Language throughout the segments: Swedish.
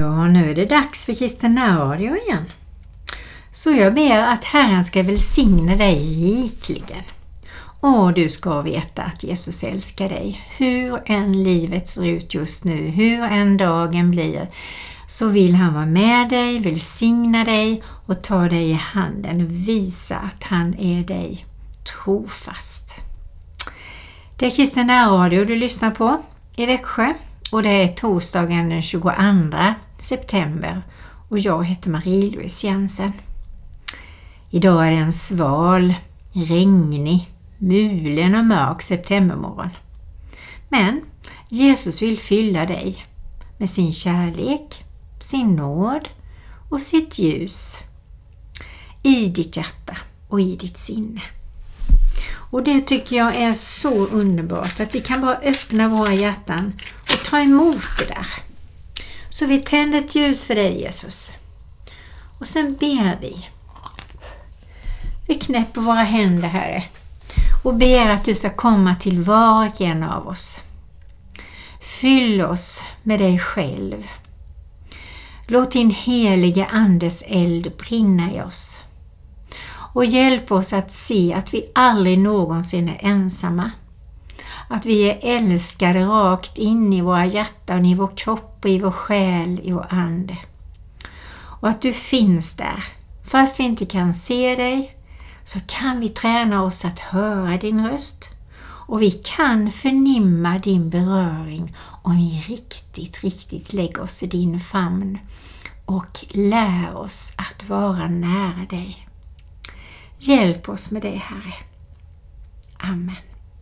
Ja, nu är det dags för Kristen närradio igen. Så jag ber att Herren ska välsigna dig rikligen. Och du ska veta att Jesus älskar dig. Hur än livet ser ut just nu, hur än dagen blir, så vill han vara med dig, välsigna dig och ta dig i handen och visa att han är dig trofast. Det är Kristen närradio du lyssnar på i Växjö. Och det är torsdagen den 22 september och jag heter Marie-Louise Jensen. Idag är det en sval, regnig, mulen och mörk septembermorgon. Men Jesus vill fylla dig med sin kärlek, sin nåd och sitt ljus i ditt hjärta och i ditt sinne. Och det tycker jag är så underbart att vi kan bara öppna våra hjärtan och ta emot det där. Så vi tänder ett ljus för dig, Jesus. Och sen ber vi. Vi knäpper våra händer, Herre, och ber att du ska komma till var och en av oss. Fyll oss med dig själv. Låt din helige andes eld brinna i oss. Och hjälp oss att se att vi aldrig någonsin är ensamma. Att vi är älskade rakt in i våra hjärtan, i vår kropp och i vår själ, i vår ande. Och att du finns där. Fast vi inte kan se dig så kan vi träna oss att höra din röst. Och vi kan förnimma din beröring om vi riktigt lägger oss i din famn. Och lär oss att vara nära dig. Hjälp oss med det, Herre. Amen.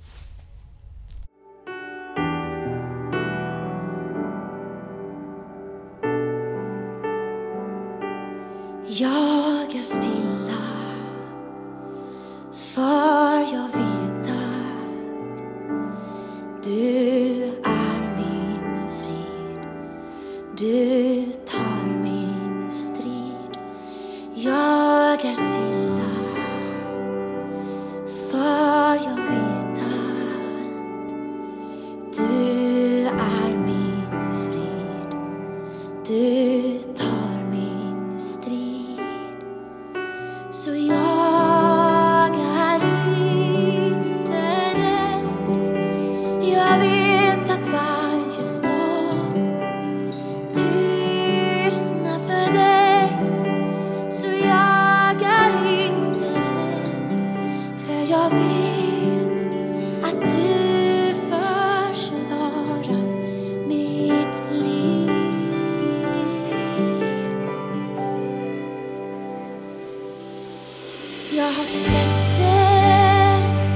Jag är stilla, för jag vet att du är min frid. Du tar min strid. Jag är stilla, för jag vet att du är min frid. Du tar min strid. Så jag är inte rädd. Jag vet att varje storm tystnar för dig. Så jag är inte rädd. För jag vet att du försvarar mitt liv. Jag har sett det.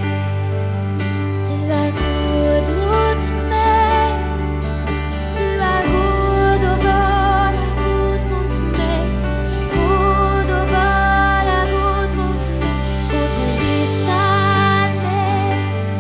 Du är god mot mig. Du är god och bara god mot mig. God och bara god mot mig. Och du visar mig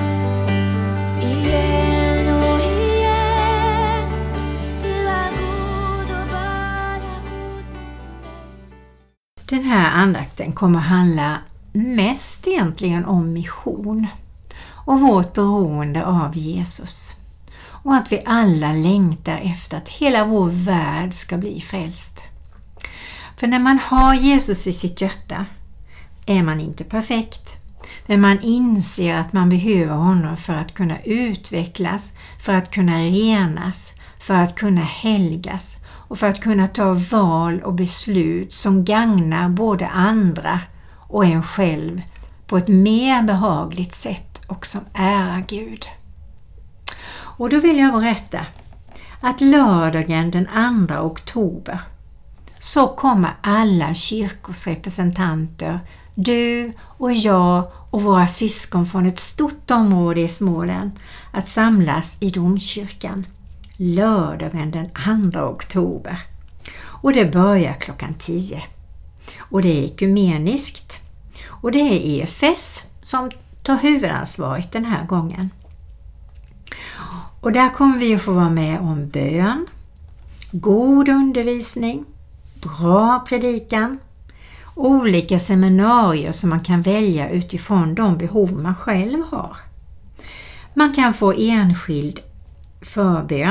igen och igen. Du är god och bara god mot mig. Den här andakten kommer handla mest egentligen om mission och vårt beroende av Jesus. Och att vi alla längtar efter att hela vår värld ska bli frälst. För när man har Jesus i sitt hjärta är man inte perfekt. Men man inser att man behöver honom för att kunna utvecklas, för att kunna renas, för att kunna helgas och för att kunna ta val och beslut som gagnar både andra och en själv på ett mer behagligt sätt och som ärar Gud. Och då vill jag berätta att lördagen den 2 oktober så kommer alla kyrkors representanter, du och jag och våra syskon från ett stort område i Småland att samlas i domkyrkan lördagen den 2 oktober. Och det börjar klockan 10. Och det är ekumeniskt. Och det är EFS som tar huvudansvaret den här gången. Och där kommer vi att få vara med om bön, god undervisning, bra predikan, olika seminarier som man kan välja utifrån de behov man själv har. Man kan få enskild förbön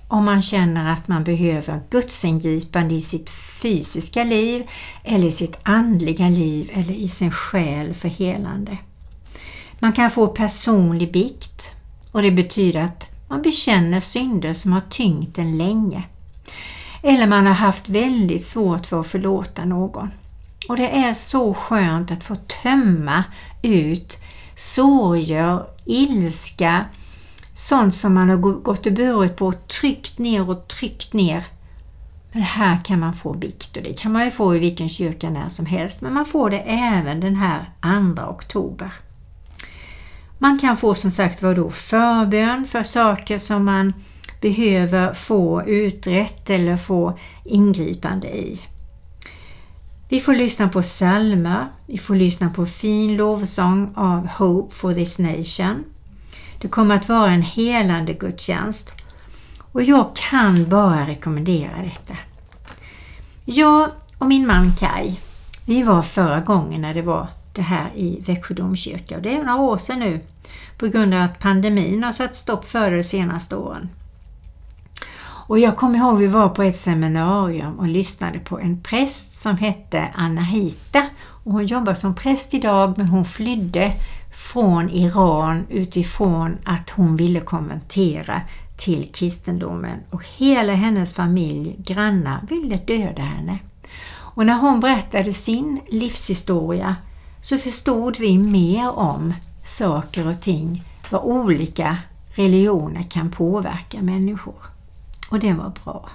om man känner att man behöver gudsingripande i sitt fysiska liv eller i sitt andliga liv eller i sin själ för helande. Man kan få personlig bikt och det betyder att man bekänner synder som har tyngt en länge. Eller man har haft väldigt svårt för att förlåta någon. Och det är så skönt att få tömma ut sorger, ilska, sånt som man har gått och burit på och tryckt ner. Men här kan man få bikt och det kan man ju få i vilken kyrka när som helst. Men man får det även den här 2 oktober. Man kan få som sagt förbön för saker som man behöver få uträtt eller få ingripande i. Vi får lyssna på psalmer, vi får lyssna på fin lovsång av Hope for this nation. Det kommer att vara en helande gudstjänst och jag kan bara rekommendera detta. Jag och min man Kai, vi var förra gången när det var det här i Växjö domkyrka och det är några år sedan nu på grund av att pandemin har satt stopp för de senaste åren. Och jag kommer ihåg vi var på ett seminarium och lyssnade på en präst som hette Anahita. Och hon jobbar som präst idag men hon flydde från Iran utifrån att hon ville konvertera till kristendomen. Och hela hennes familj, grannar, ville döda henne. Och när hon berättade sin livshistoria så förstod vi mer om saker och ting, vad olika religioner kan påverka människor. Och det var bra.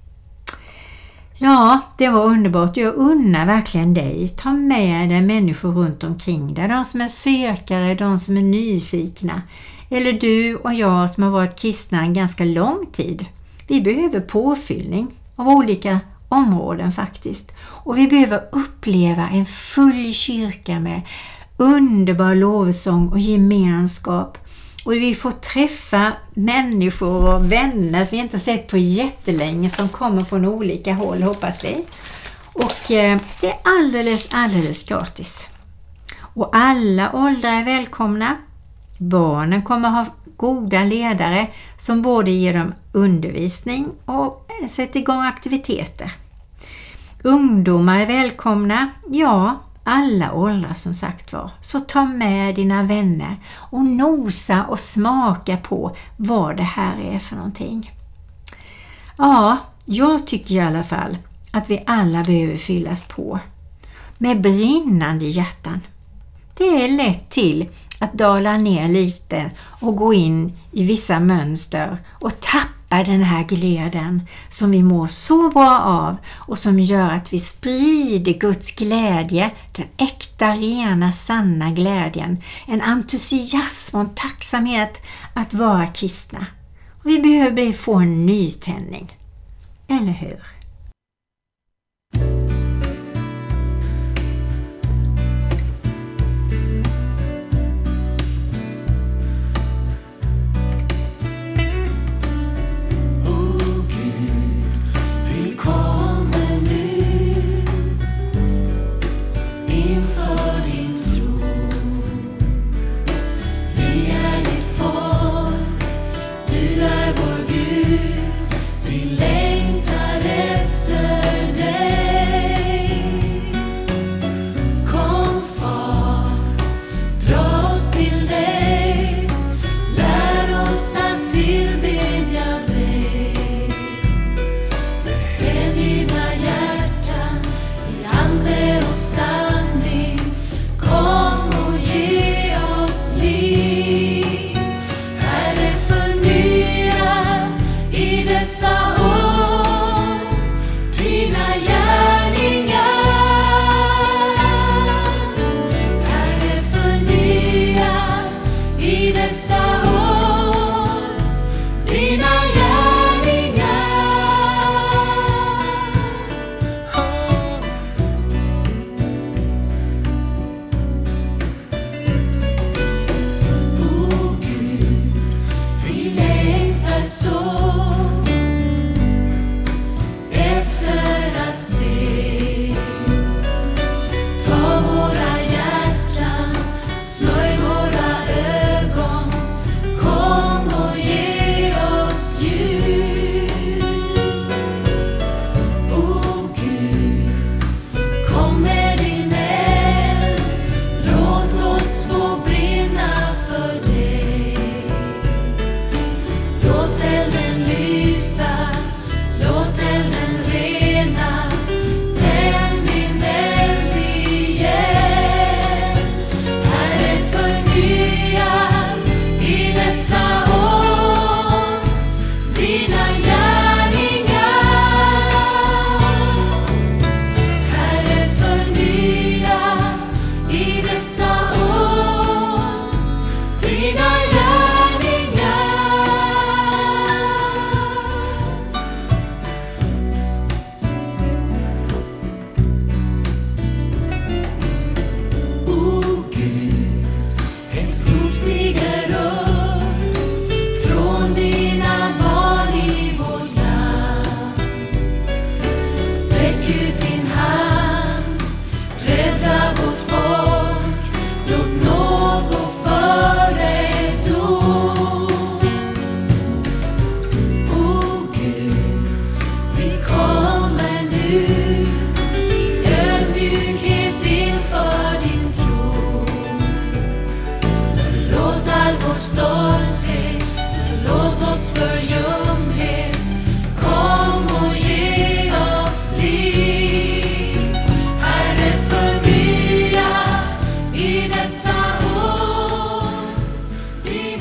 Ja, det var underbart. Jag unnar verkligen dig. Ta med dig människor runt omkring dig. De som är sökare, de som är nyfikna. Eller du och jag som har varit kristna en ganska lång tid. Vi behöver påfyllning av olika områden faktiskt. Och vi behöver uppleva en full kyrka med underbar lovsång och gemenskap. Och vi får träffa människor och vänner som vi inte har sett på jättelänge som kommer från olika håll, hoppas vi. Och det är alldeles gratis. Och alla åldrar är välkomna. Barnen kommer ha goda ledare som både ger dem undervisning och sätter igång aktiviteter. Ungdomar är välkomna, ja, alla åldrar som sagt var. Så ta med dina vänner och nosa och smaka på vad det här är för någonting. Ja, jag tycker i alla fall att vi alla behöver fyllas på med brinnande hjärtan. Det är lätt till att dala ner lite och gå in i vissa mönster och tappa den här glöden som vi mår så bra av och som gör att vi sprider Guds glädje, den äkta, rena, sanna glädjen, en entusiasm och en tacksamhet att vara kristna. Och vi behöver få en nytändning, eller hur?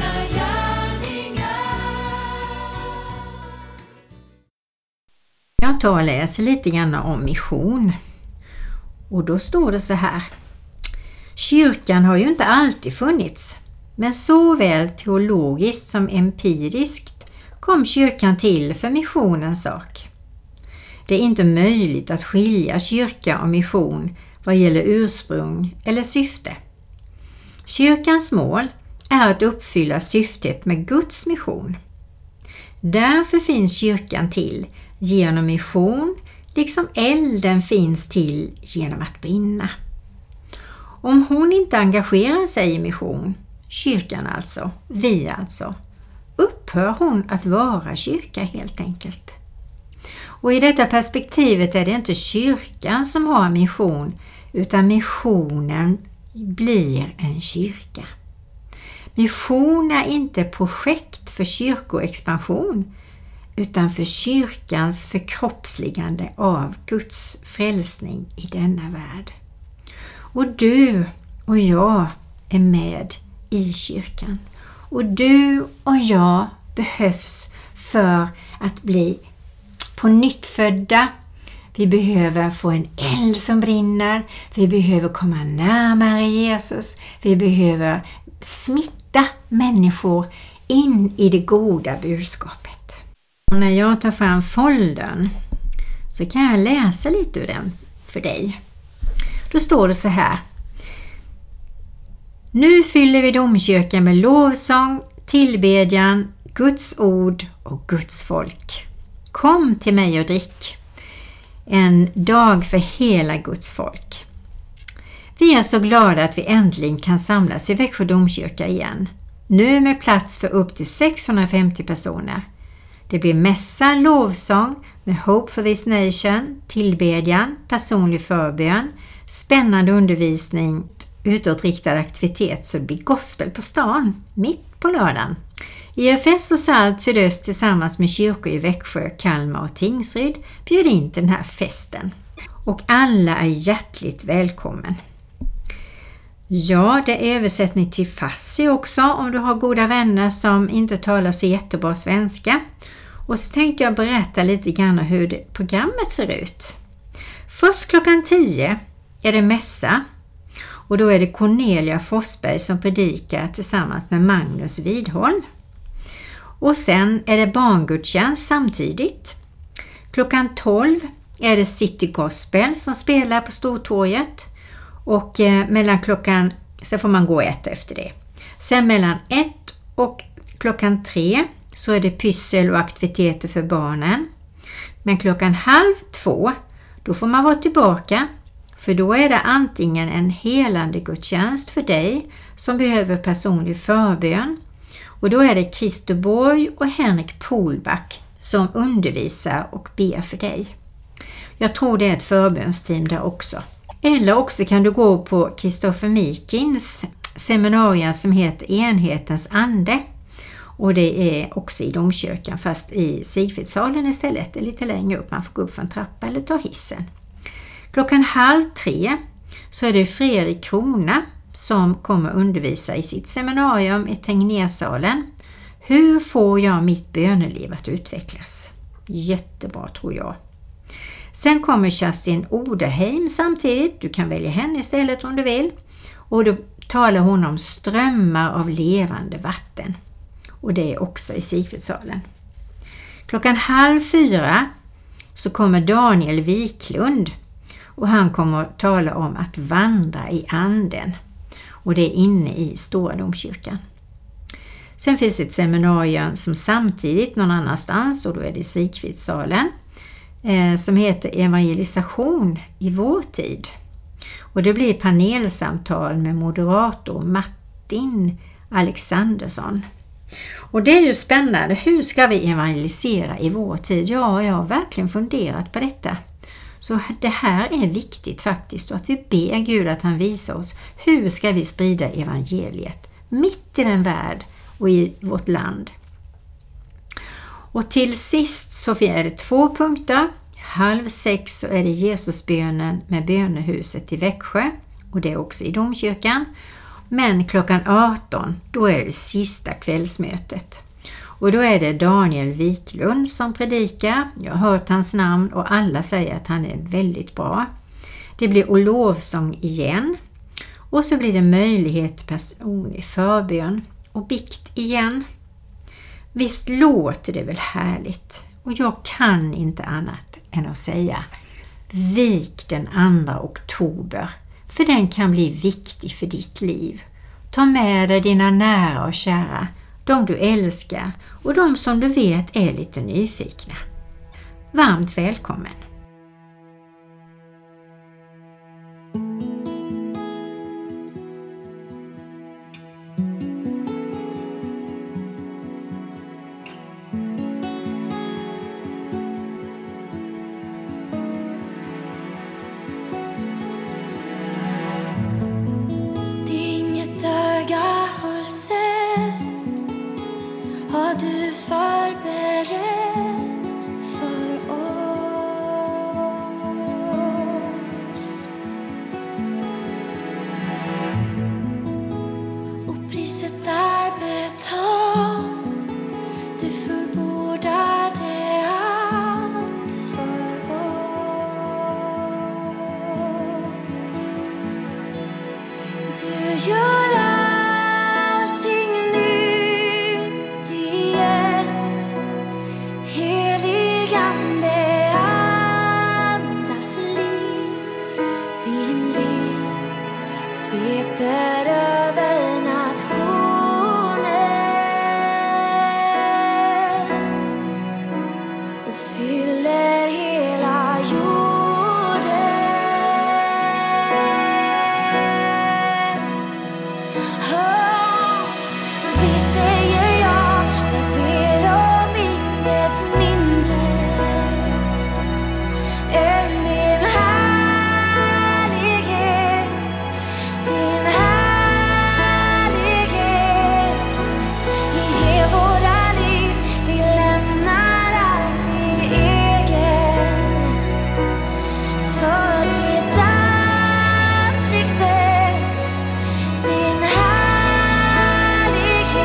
Jag tar och läser lite grann om mission. Och då står det så här. Kyrkan har ju inte alltid funnits, men såväl teologiskt som empiriskt kom kyrkan till för missionens sak. Det är inte möjligt att skilja kyrka och mission vad gäller ursprung eller syfte. Kyrkans mål är att uppfylla syftet med Guds mission. Därför finns kyrkan till genom mission, liksom elden finns till genom att brinna. Om hon inte engagerar sig i mission, kyrkan alltså, vi alltså, upphör hon att vara kyrka helt enkelt. Och i detta perspektivet är det inte kyrkan som har mission, utan missionen blir en kyrka. Mission är inte projekt för kyrkoexpansion, utan för kyrkans förkroppsligande av Guds frälsning i denna värld. Och du och jag är med i kyrkan. Och du och jag behövs för att bli på nytt födda. Vi behöver få en eld som brinner. Vi behöver komma närmare Jesus. Vi behöver smitta människor in i det goda budskapet. Och när jag tar fram foldern så kan jag läsa lite ur den för dig. Då står det så här. Nu fyller vi domkyrkan med lovsång, tillbedjan, Guds ord och Guds folk. Kom till mig och drick. En dag för hela Guds folk. Vi är så glada att vi äntligen kan samlas i Växjö domkyrka igen. Nu med plats för upp till 650 personer. Det blir mässa, lovsång med Hope for this nation, tillbedjan, personlig förbön, spännande undervisning, utåtriktad aktivitet, så det blir gospel på stan, mitt på lördagen. IFS och Salt Sydöst tillsammans med kyrkor i Växjö, Kalmar och Tingsryd bjöd in till den här festen. Och alla är hjärtligt välkommen. Ja, det är översättning till farsi också om du har goda vänner som inte talar så jättebra svenska. Och så tänkte jag berätta lite grann hur programmet ser ut. Först klockan 10 är det mässa. Och då är det Cornelia Forsberg som predikar tillsammans med Magnus Widholm. Och sen är det barngudstjänst samtidigt. Klockan 12 är det City Gospel som spelar på Stortorget. Och mellan klockan, så får man gå efter det. Sen mellan 1 och klockan 3 så är det pyssel och aktiviteter för barnen. Men klockan 1:30 då får man vara tillbaka. För då är det antingen en helande gudstjänst för dig som behöver personlig förbön. Och då är det Christer Borg och Henrik Polback som undervisar och ber för dig. Jag tror det är ett förbönsteam där också. Eller också kan du gå på Kristoffer Mikins seminarium som heter Enhetens ande. Och det är också i domkyrkan fast i Sigfridssalen istället. Det är lite längre upp, man får gå upp för en trappa eller ta hissen. Klockan 2:30 så är det Fredrik Krona som kommer undervisa i sitt seminarium i Tegnérssalen. Hur får jag mitt böneliv att utvecklas? Jättebra tror jag. Sen kommer Kerstin Oderheim samtidigt. Du kan välja henne istället om du vill. Och då talar hon om strömmar av levande vatten. Och det är också i Sigfridssalen. Klockan 3:30 så kommer Daniel Wiklund. Och han kommer att tala om att vandra i anden. Och det är inne i Stora domkyrkan. Sen finns ett seminarium som samtidigt någon annanstans, och då är det i Sigfridssalen, som heter Evangelisation i vår tid. Och det blir panelsamtal med moderator Martin Alexandersson. Och det är ju spännande. Hur ska vi evangelisera i vår tid? Ja, jag har verkligen funderat på detta. Så det här är viktigt faktiskt, och att vi ber Gud att han visar oss hur ska vi sprida evangeliet mitt i den värld och i vårt land. Och till sist så är det 2 punkter. 5:30 så är det Jesusbönen med bönehuset i Växjö, och det är också i domkyrkan. Men klockan 18, då är det sista kvällsmötet. Och då är det Daniel Wiklund som predikar. Jag har hört hans namn och alla säger att han är väldigt bra. Det blir lovsång igen. Och så blir det möjlighet till personlig förbön och bikt igen. Visst låter det väl härligt? Och jag kan inte annat än att säga vik den 2 oktober. För den kan bli viktig för ditt liv. Ta med dig dina nära och kära, de du älskar och de som du vet är lite nyfikna. Varmt välkommen! Har du förberett för oss? Och priset är betalt. Du fullbordade allt för oss. Du gör allting nytt igen. Helig Ande, andas liv. Din vind sveper över nationen och fyller hela jorden. Vi säger ja, vi ber om inget mindre än din härlighet, din härlighet. Vi ger våra liv, vi lämnar allt till eget för ditt ansikte, din härlighet.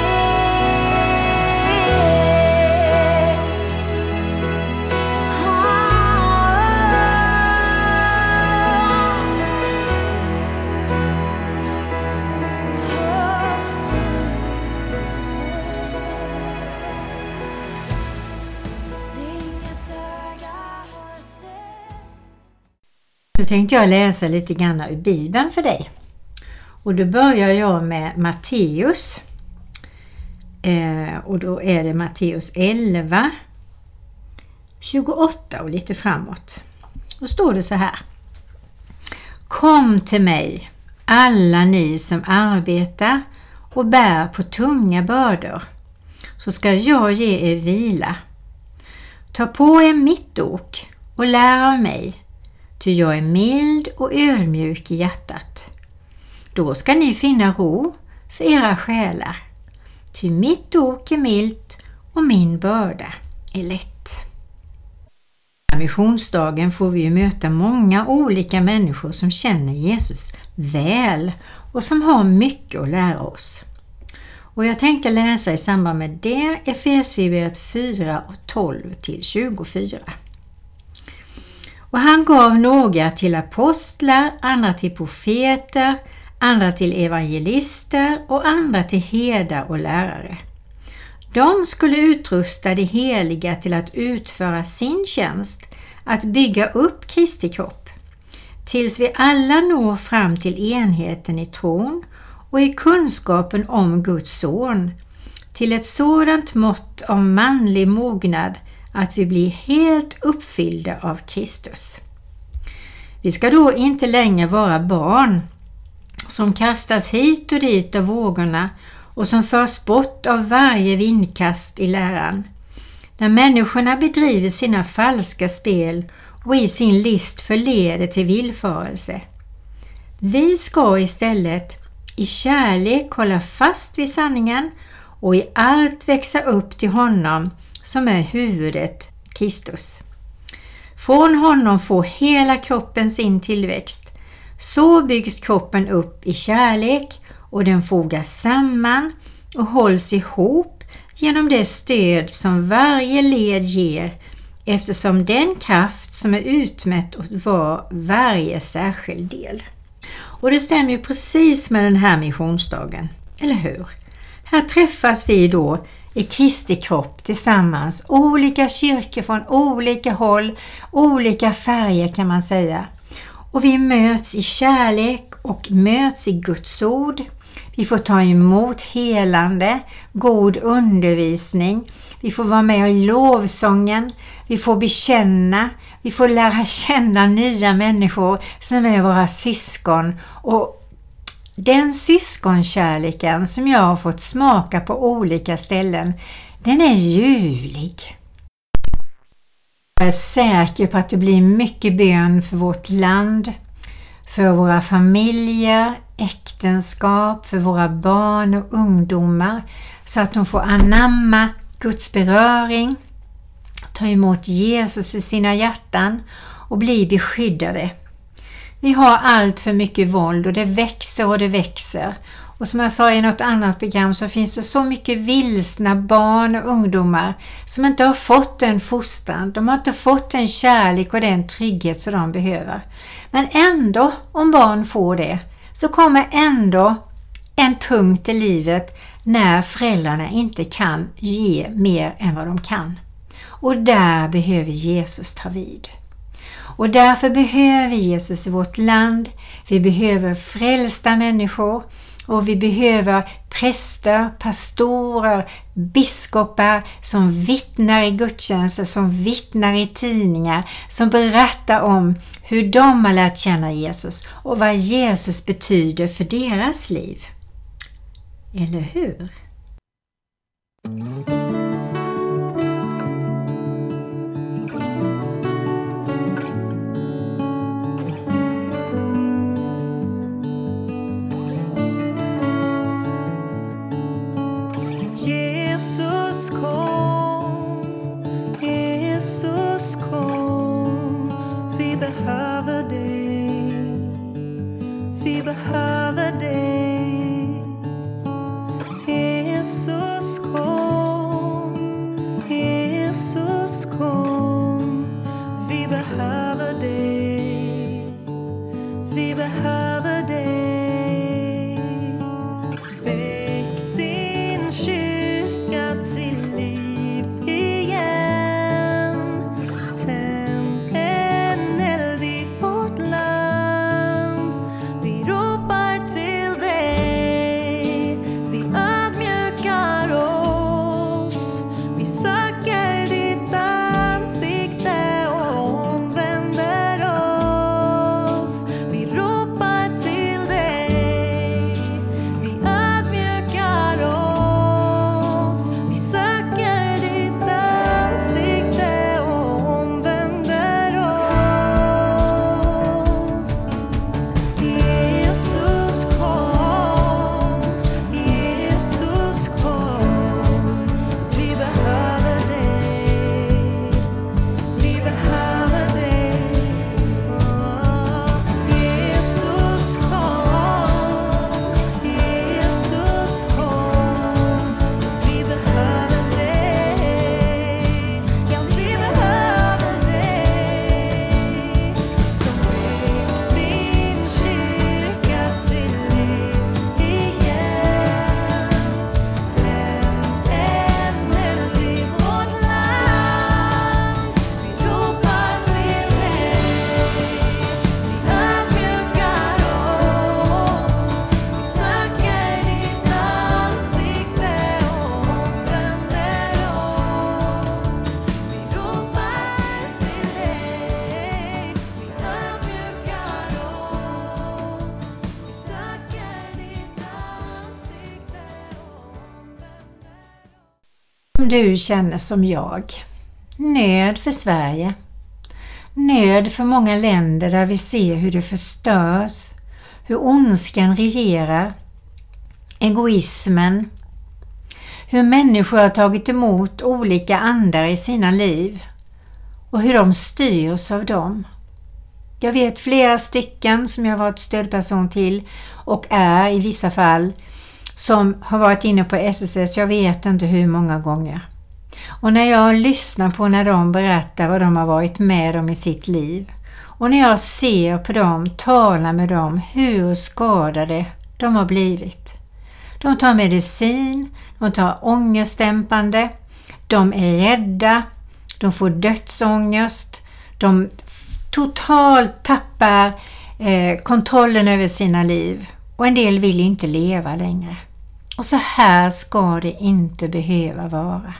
Inget öga har sett. Nu tänkte jag läsa lite grann ur Bibeln för dig. Och då börjar jag med Matteus. Och då är det Matteus 11, 28 och lite framåt. Då står det så här. Kom till mig, alla ni som arbetar och bär på tunga bördor, så ska jag ge er vila. Ta på er mitt ok och lär av mig, ty jag är mild och ödmjuk i hjärtat. Då ska ni finna ro för era själar, ty mitt ok är milt och min börda är lätt. Missionsdagen får vi ju möta många olika människor som känner Jesus väl och som har mycket att lära oss. Och jag tänkte läsa i samband med det Efesierbrevet 4 och 12 till 24. Och han gav några till apostlar, andra till profeter, andra till evangelister och andra till herdar och lärare. De skulle utrusta de heliga till att utföra sin tjänst, att bygga upp Kristi kropp, tills vi alla når fram till enheten i tron och i kunskapen om Guds son, till ett sådant mått av manlig mognad att vi blir helt uppfyllda av Kristus. Vi ska då inte längre vara barn som kastas hit och dit av vågorna och som förs bort av varje vindkast i läran, när människorna bedriver sina falska spel och i sin list förleder till villfarelse. Vi ska istället i kärlek hålla fast vid sanningen och i allt växa upp till honom som är huvudet, Kristus. Från honom får hela kroppen sin tillväxt. Så byggs kroppen upp i kärlek och den fogas samman och hålls ihop genom det stöd som varje led ger, eftersom den kraft som är utmätt åt varje särskild del. Och det stämmer ju precis med den här missionsdagen, eller hur? Här träffas vi då i Kristi kropp tillsammans, olika kyrkor från olika håll, olika färger kan man säga. Och vi möts i kärlek och möts i Guds ord. Vi får ta emot helande, god undervisning. Vi får vara med i lovsången. Vi får bekänna. Vi får lära känna nya människor som är våra syskon. Och den syskonkärleken som jag har fått smaka på olika ställen, den är ljuvlig. Jag är säker på att det blir mycket bön för vårt land, för våra familjer, äktenskap, för våra barn och ungdomar, så att de får anamma Guds beröring, ta emot Jesus i sina hjärtan och bli beskyddade. Vi har allt för mycket våld och det växer och det växer. Och som jag sa i något annat program så finns det så mycket vilsna barn och ungdomar som inte har fått den fostran. De har inte fått den kärlek och den trygghet som de behöver. Men ändå, om barn får det, så kommer ändå en punkt i livet när föräldrarna inte kan ge mer än vad de kan. Och där behöver Jesus ta vid. Och därför behöver vi Jesus i vårt land. Vi behöver frälsta människor. Och vi behöver präster, pastorer, biskopar som vittnar i gudstjänster, som vittnar i tidningar, som berättar om hur de har lärt känna Jesus och vad Jesus betyder för deras liv. Eller hur? Jesus kom, vi behöver dig, vi behöver dig. Jesus kom, vi behöver dig, vi behöver dig. Väck din kyrka till liv igen. Tänd en eld i vårt land. Vi ropar till dig. Vi ödmjukar oss. Vi söker ditt ansikte och omvänder oss. Vi ropar till dig. Vi ödmjukar oss. Vi söker ditt ansikte och omvänder oss. Jesus kom, vi behöver dig, vi behöver dig. Jesus kom, vi behöver dig, ja vi behöver dig. Så väck din kyrka till liv igen. Tänd en eld i vårt land. Vi ropar till dig. Vi ödmjukar oss. Vi söker ditt ansikte och omvänder oss. Vi ropar till dig. Vi ödmjukar oss. Vi söker ditt ansikte och omvänder oss. Om du känner som jag, nöd för Sverige, nöd för många länder där vi ser hur det förstörs, hur ondskan regerar, egoismen, hur människor har tagit emot olika andar i sina liv och hur de styrs av dem. Jag vet flera stycken som jag har varit stödperson till och är i vissa fall som har varit inne på SSS, jag vet inte hur många gånger. Och när jag lyssnar på när de berättar vad de har varit med om i sitt liv och när jag ser på dem, talar med dem, hur skadade de har blivit. De tar medicin, de tar ångestdämpande, de är rädda, de får dödsångest, de totalt tappar kontrollen över sina liv och en del vill inte leva längre. Och så här ska det inte behöva vara.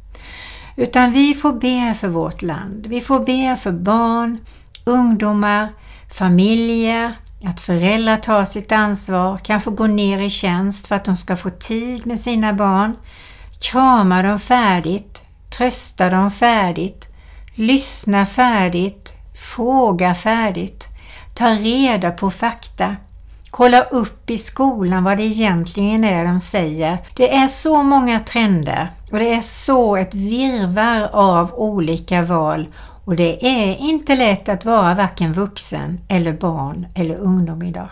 Utan vi får be för vårt land, vi får be för barn, ungdomar, familjer, att föräldrar tar sitt ansvar, kanske går ner i tjänst för att de ska få tid med sina barn, krama dem färdigt, trösta dem färdigt, lyssna färdigt, fråga färdigt, ta reda på fakta, kolla upp i skolan vad det egentligen är de säger. Det är så många trender och det är så ett virrvarr av olika val och det är inte lätt att vara varken vuxen eller barn eller ungdom idag.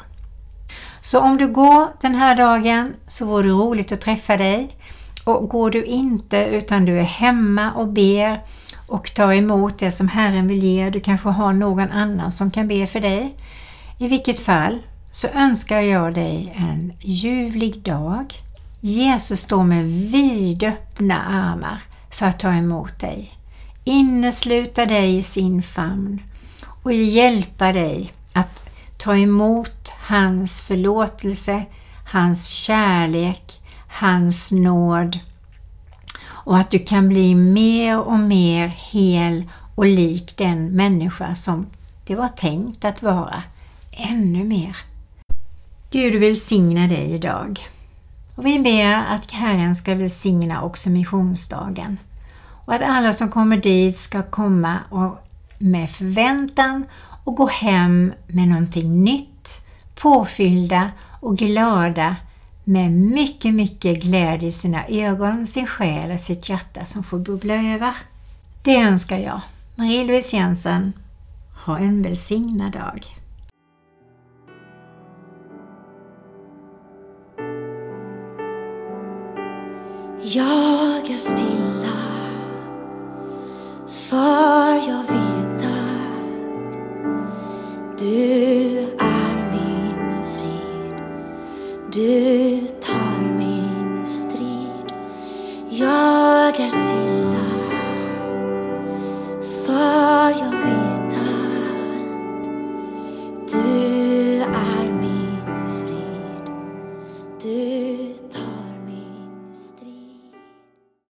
Så om du går den här dagen så vore det roligt att träffa dig, och går du inte utan du är hemma och ber och tar emot det som Herren vill ge, du kanske har någon annan som kan be för dig. I vilket fall så önskar jag dig en ljuvlig dag. Jesus står med vidöppna armar för att ta emot dig, innesluta dig i sin famn och hjälpa dig att ta emot hans förlåtelse, hans kärlek, hans nåd, och att du kan bli mer och mer hel och lik den människa som det var tänkt att vara, ännu mer. Gud välsigna dig idag. Och vi ber att Herren ska välsigna också missionsdagen. Och att alla som kommer dit ska komma och med förväntan och gå hem med någonting nytt, påfyllda och glada, med mycket, mycket glädje i sina ögon, sin själ och sitt hjärta som får bubbla över. Det önskar jag. Marie-Louise Jensen, ha en välsignad dag. Jag är stilla, för jag vet att du är min frid. Du tar min strid. Jag är stilla,